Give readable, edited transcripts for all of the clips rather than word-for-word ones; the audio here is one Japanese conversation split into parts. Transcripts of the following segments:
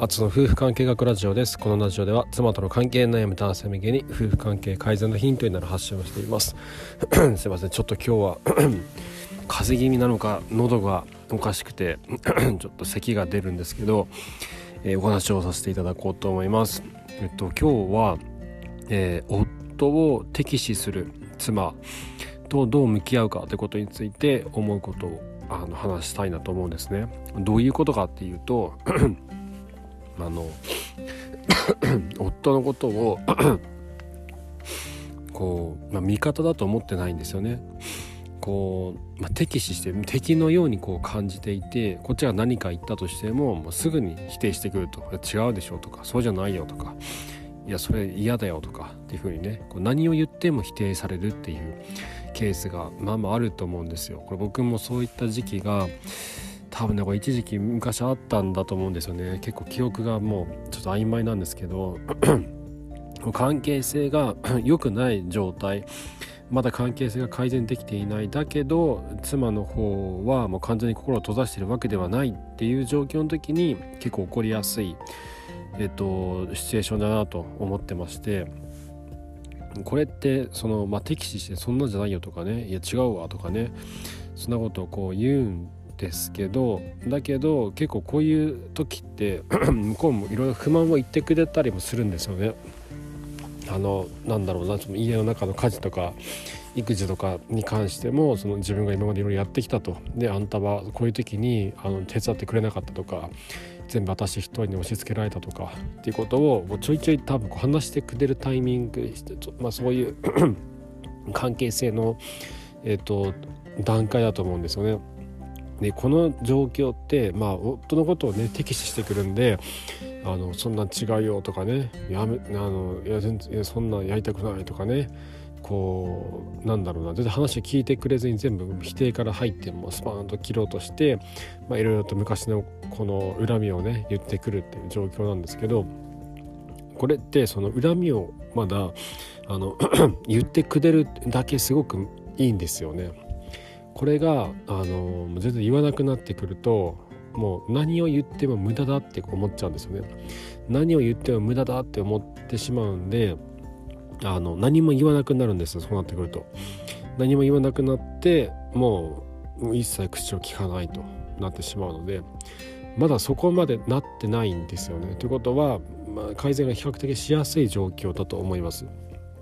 あつの夫婦関係学ラジオです。このラジオでは妻との関係悩む男性向けに夫婦関係改善のヒントになる発信をしていますすいません、ちょっと今日は風邪気味なのか喉がおかしくてちょっと咳が出るんですけど、お話をさせていただこうと思います。今日は、夫を敵視する妻とどう向き合うかということについて思うことを話したいなと思うんですね。どういうことかっていうと夫のことを味方だと思ってないんですよね。敵視して敵のように感じていて、こっちが何か言ったとしても、すぐに否定してくると、違うでしょとか、そうじゃないよとか、いやそれ嫌だよとかっていう風にね、何を言っても否定されるっていうケースがあると思うんですよ。これ僕もそういった時期が多分一時期昔あったんだと思うんですよね。結構記憶がもうちょっと曖昧なんですけど関係性が良くない状態、まだ関係性が改善できていない、だけど妻の方はもう完全に心を閉ざしているわけではないっていう状況の時に結構起こりやすい、シチュエーションだなと思ってまして、これって敵視してそんなんじゃないよとかね、いや違うわとかね、そんなことを言うんですけど、だけど結構こういう時って向こうもいろいろ不満を言ってくれたりもするんですよね。家の中の家事とか育児とかに関しても、自分が今までいろいろやってきたと、であんたはこういう時に手伝ってくれなかったとか、全部私一人に押し付けられたとかっていうことをちょいちょい多分話してくれるタイミング、そういう関係性の、段階だと思うんですよね。でこの状況って夫のことをね敵視してくるんで、そんなん違うよとかね、全然そんなんやりたくないとかね、全然話を聞いてくれずに全部否定から入ってスパーンと切ろうとして、いろいろと昔のこの恨みをね言ってくるっていう状況なんですけど、これってその恨みをまだ言ってくれるだけすごくいいんですよね。これが全然言わなくなってくると、もう何を言っても無駄だって思っちゃうんですよね。何を言っても無駄だって思ってしまうんで、何も言わなくなるんですよ。そうなってくると何も言わなくなって、もう一切口を聞かないとなってしまうので、まだそこまでなってないんですよね。ということは、改善が比較的しやすい状況だと思います。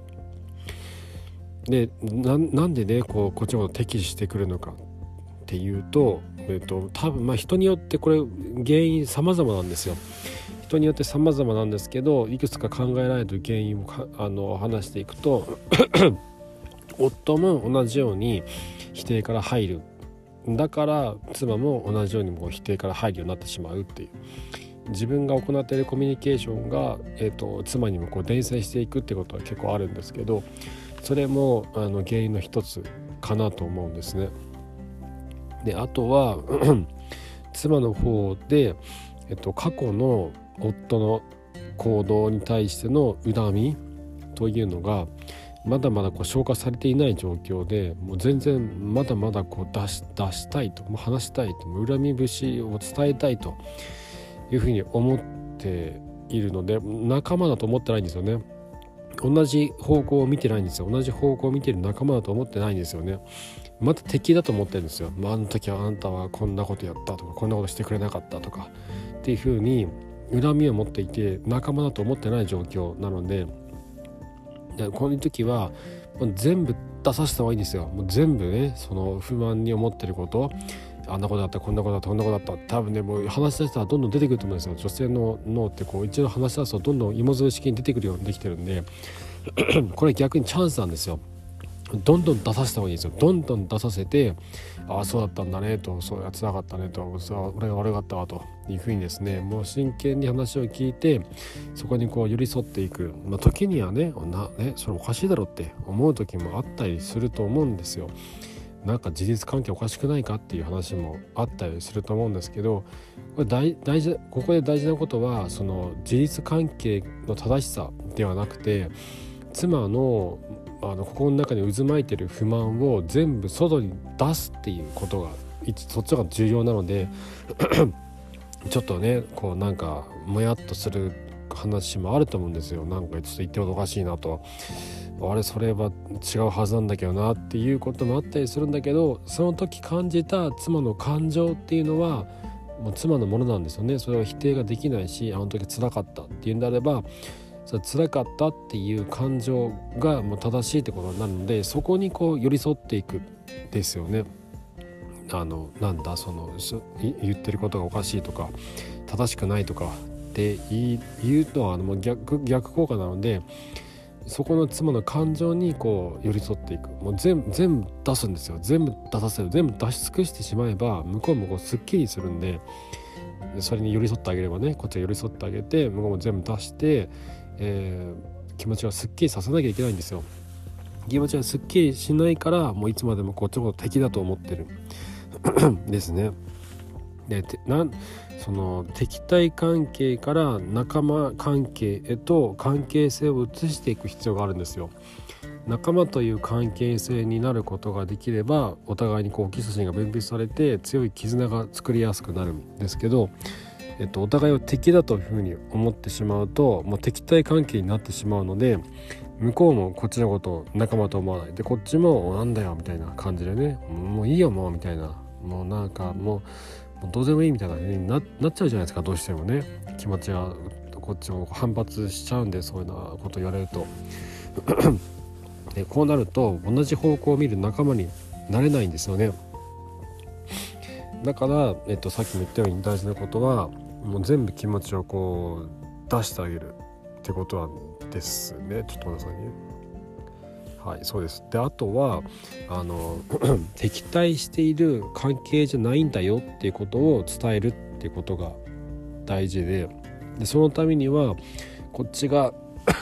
でなんでねこっちのこと敵視してくるのかっていうと、多分人によってこれ原因様々なんですよ。人によって様々なんですけど、いくつか考えられる原因を話していくと夫も同じように否定から入る、だから妻も同じように否定から入るようになってしまうっていう、自分が行っているコミュニケーションが、妻にも伝染していくってことは結構あるんですけど、それも原因の一つかなと思うんですね。であとは妻の方で、過去の夫の行動に対しての恨みというのがまだまだ消化されていない状況で、もう全然まだまだ出したいと、もう話したいと、恨み節を伝えたいというふうに思っているので、仲間だと思ってないんですよね。同じ方向を見てないんですよ。同じ方向を見てる仲間だと思ってないんですよね。また敵だと思ってるんですよ。あの時はあんたはこんなことやったとか、こんなことしてくれなかったとかっていう風に恨みを持っていて、仲間だと思ってない状況なので、こういう時はもう全部出させた方がいいんですよ。もう全部ね、その不満に思ってること、あんなことだった、こんなことだった、こんなことだった、多分ね、もう話し出したらどんどん出てくると思うんですよ。女性の脳って一度話し出すとどんどん芋づる式に出てくるようにできてるんでこれ逆にチャンスなんですよ。どんどん出させた方がいいんですよ。どんどん出させて、ああそうだったんだねと、そうやつなかったねと、俺が悪かったわというふうにですね、もう真剣に話を聞いて、そこに寄り添っていく。時にはねそれおかしいだろって思う時もあったりすると思うんですよ。なんか事実関係おかしくないかっていう話もあったりすると思うんですけど、ここで大事なことは、その事実関係の正しさではなくて、妻の心の中に渦巻いてる不満を全部外に出すっていうことがそっちが重要なのでちょっとねこうなんかもやっとする話もあると思うんですよ。なんかちょっと言ってることおかしいなと、あれそれは違うはずなんだけどなっていうこともあったりするんだけど、その時感じた妻の感情っていうのはもう妻のものなんですよね。それは否定ができないし、あの時辛かったっていうんであれば、それ辛かったっていう感情がもう正しいってことになるので、そこにこう寄り添っていくですよね。なんだ言ってることがおかしいとか正しくないとかって言うのはもう逆効果なので、そこの妻の感情にこう寄り添っていく。もう全部出すんですよ。全部出させる、全部出し尽くしてしまえば向こうもこうすっきりするんで、それに寄り添ってあげればね、こっちが寄り添ってあげて向こうも全部出して、気持ちがすっきりさせなきゃいけないんですよ。気持ちがすっきりしないからもういつまでもこっちのこと敵だと思ってるですね。でその敵対関係から仲間関係へと関係性を移していく必要があるんですよ。仲間という関係性になることができればお互いにこうオキシトシンが分泌されて強い絆が作りやすくなるんですけど、お互いを敵だというふうに思ってしまうともう敵対関係になってしまうので、向こうもこっちのことを仲間と思わないで、こっちもなんだよみたいな感じでね、もういいよもうみたいな、もうなんかもうどうでもいいみたいな風に なっちゃうじゃないですか。どうしてもね気持ちがこっちも反発しちゃうんで、そういうようなこと言われるとでこうなると同じ方向を見る仲間になれないんですよね。だから、さっきも言ったように大事なことはもう全部気持ちをこう出してあげるってことなんですね。ちょっと待ってくださいね。はい、そうです。であとは敵対している関係じゃないんだよっていうことを伝えるっていうことが大事で、そのためにはこっちが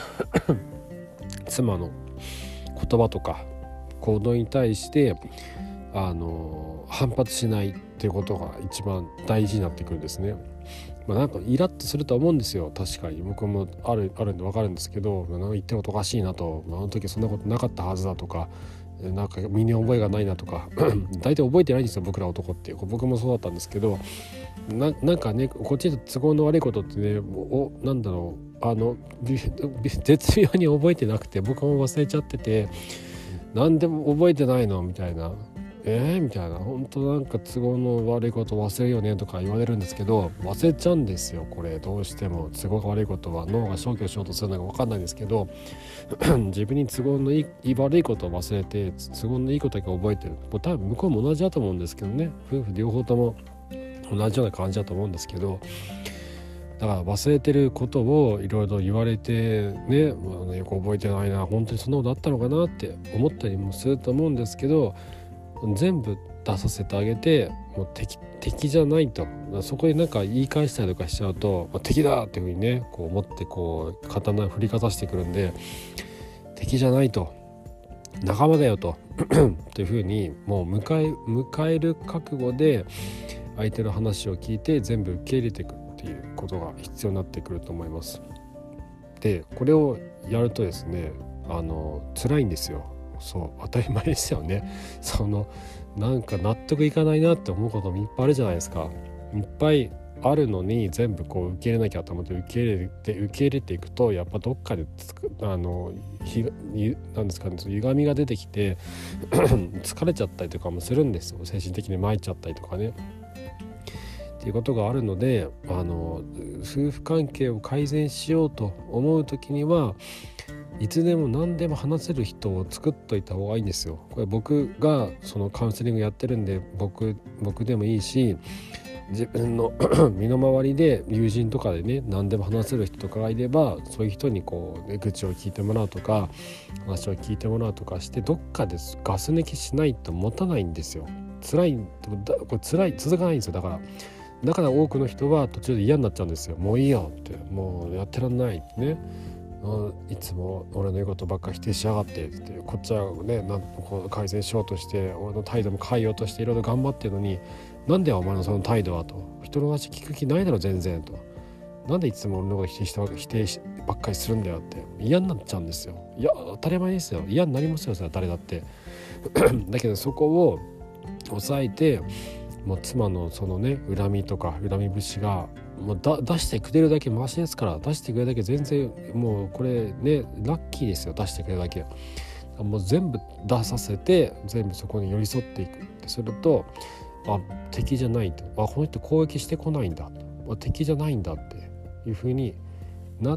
妻の言葉とか行動に対して反発しないっていうことが一番大事になってくるんですね。なんかイラッとすると思うんですよ。確かに僕もあるんで分かるんですけど、言ってることおかしいなと、あの時そんなことなかったはずだとか、なんか身に覚えがないなとか大体覚えてないんですよ僕ら男って。僕もそうだったんですけど、なんかねこっちに都合の悪いことってねなんだろう絶妙に覚えてなくて僕も忘れちゃってて、何でも覚えてないのみたいな、みたいな、本当なんか都合の悪いこと忘れるよねとか言われるんですけど、忘れちゃうんですよ。これどうしても都合が悪いことは脳が消去しようとするのか分かんないんですけど自分に都合の悪いことを忘れて都合のいいことだけ覚えてる。多分向こうも同じだと思うんですけどね、夫婦両方とも同じような感じだと思うんですけど、だから忘れてることをいろいろ言われてね、よく覚えてないな、本当にそんなことあったのかなって思ったりもすると思うんですけど、全部出させてあげてもう敵じゃないと、そこでなんか言い返したりとかしちゃうと、敵だっていうふうにねこう思ってこう刀振りかざしてくるんで、敵じゃないと仲間だよとっていうふうにもう迎える覚悟で相手の話を聞いて全部受け入れていくっていうことが必要になってくると思います。でこれをやるとですね辛いんですよ。そう当たり前ですよね。なんか納得いかないなって思うこともいっぱいあるじゃないですか。いっぱいあるのに全部こう受け入れなきゃと思って受け入れていくと、やっぱどっかでなんですかね、歪みが出てきて疲れちゃったりとかもするんですよ。精神的に参っちゃったりとかねっていうことがあるので、夫婦関係を改善しようと思う時にはいつでも何でも話せる人を作っといた方がいいんですよ。これ僕がそのカウンセリングやってるんで僕でもいいし、自分の身の回りで友人とかでね何でも話せる人とかがいれば、そういう人にこう、愚痴を聞いてもらうとか話を聞いてもらうとかして、どっかでガス抜きしないと持たないんですよ。辛い続かないんですよ。だから多くの人は途中で嫌になっちゃうんですよ。もういいよって、もうやってらんないってね、いつも俺の言うことばっか否定しやがってって、こっちはねこう改善しようとして俺の態度も変えようとしていろいろ頑張ってるのに、なんでお前のその態度はと、人の話聞く気ないだろ全然と、なんでいつも俺のこと否定ばっかりするんだよって嫌になっちゃうんですよ。いや当たり前ですよ、嫌になりますよそれは誰だってだけどそこを抑えてもう妻のそのね恨みとか恨み節がもう出してくれるだけマシですから、出してくれるだけ全然もうこれねラッキーですよ。出してくれるだけもう全部出させて全部そこに寄り添っていくってすると、敵じゃないと、この人攻撃してこないんだ、敵じゃないんだっていう風になって、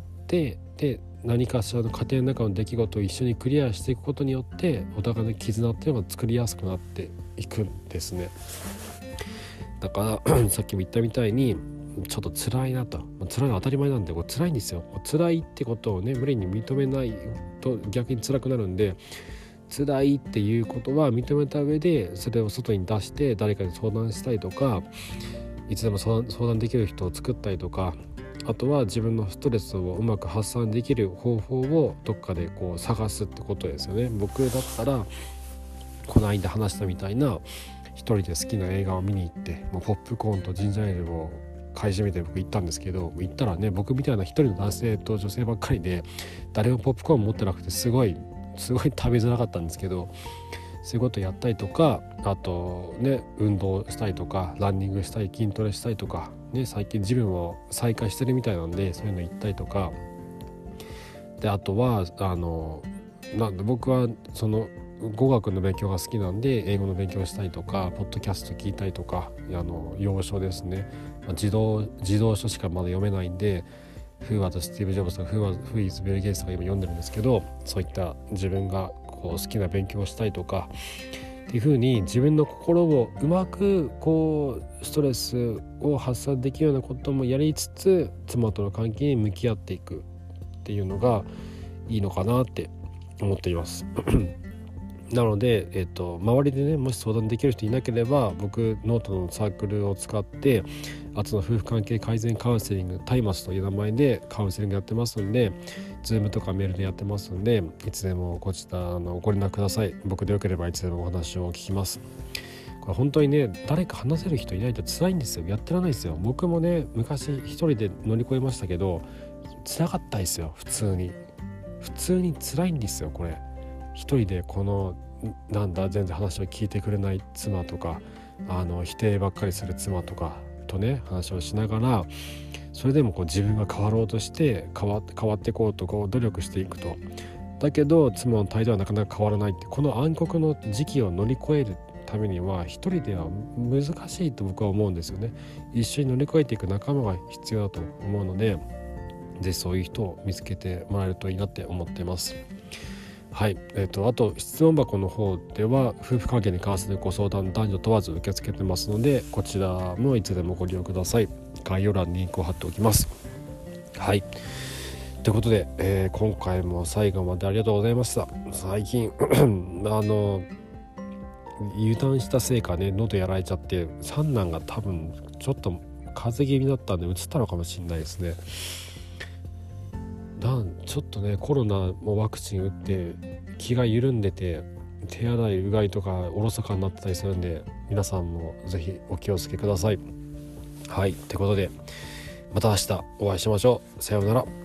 で何かしらの家庭の中の出来事を一緒にクリアしていくことによってお互いの絆っていうのが作りやすくなっていくんですね。だからさっきも言ったみたいにちょっと辛いなと、辛いのは当たり前なんでこれ辛いんですよ。辛いってことをね無理に認めないと逆に辛くなるんで、辛いっていうことは認めた上でそれを外に出して誰かに相談したりとか、いつでも相談できる人を作ったりとか、あとは自分のストレスをうまく発散できる方法をどっかでこう探すってことですよね。僕だったらこの間話したみたいな一人で好きな映画を見に行ってもうポップコーンとジンジャーエールを買い占めて僕行ったんですけど、行ったらね僕みたいな一人の男性と女性ばっかりで誰もポップコーン持ってなくてすごい食べづらかったんですけど、そういうことやったりとか、あとね運動したりとかランニングしたり筋トレしたりとかね、最近ジムも再開してるみたいなんでそういうの行ったりとかで、あとはなんで僕はその語学の勉強が好きなんで英語の勉強したりとかポッドキャスト聞いたりとか洋書ですね、児童書しかまだ読めないんでWho was Steve Jobs とか Who is Bill Gates とか今読んでるんですけど、そういった自分がこう好きな勉強をしたりとかっていう風に自分の心をうまくこうストレスを発散できるようなこともやりつつ妻との関係に向き合っていくっていうのがいいのかなって思っていますなので、周りでねもし相談できる人いなければ僕ノートのサークルを使っての夫婦関係改善カウンセリングタイマスという名前でカウンセリングやってますんで、Zoom とかメールでやってますんで、いつでもご連絡ください。僕でよければいつでもお話を聞きます。これ本当にね誰か話せる人いないと辛いんですよ。やってらんないですよ。僕もね昔一人で乗り越えましたけど辛かったですよ。普通に辛いんですよ。これ一人でこの全然話を聞いてくれない妻とか否定ばっかりする妻とかとね話をしながら、それでもこう自分が変わろうとして変わっていこうとこう努力していくと、だけど妻の態度はなかなか変わらないって、この暗黒の時期を乗り越えるためには一人では難しいと僕は思うんですよね。一緒に乗り越えていく仲間が必要だと思うので、ぜひそういう人を見つけてもらえるといいなって思っています。はい、あと質問箱の方では夫婦関係に関するご相談男女問わず受け付けてますので、こちらもいつでもご利用ください。概要欄にリンクを貼っておきます。はい、ということで、今回も最後までありがとうございました。最近油断したせいかね喉やられちゃって三男が多分ちょっと風邪気味だったんで移ったのかもしれないですね。ちょっとねコロナもワクチン打って気が緩んでて手洗いうがいとかおろそかになってたりするんで、皆さんもぜひお気をつけください。はい、ってことでまた明日お会いしましょう。さようなら。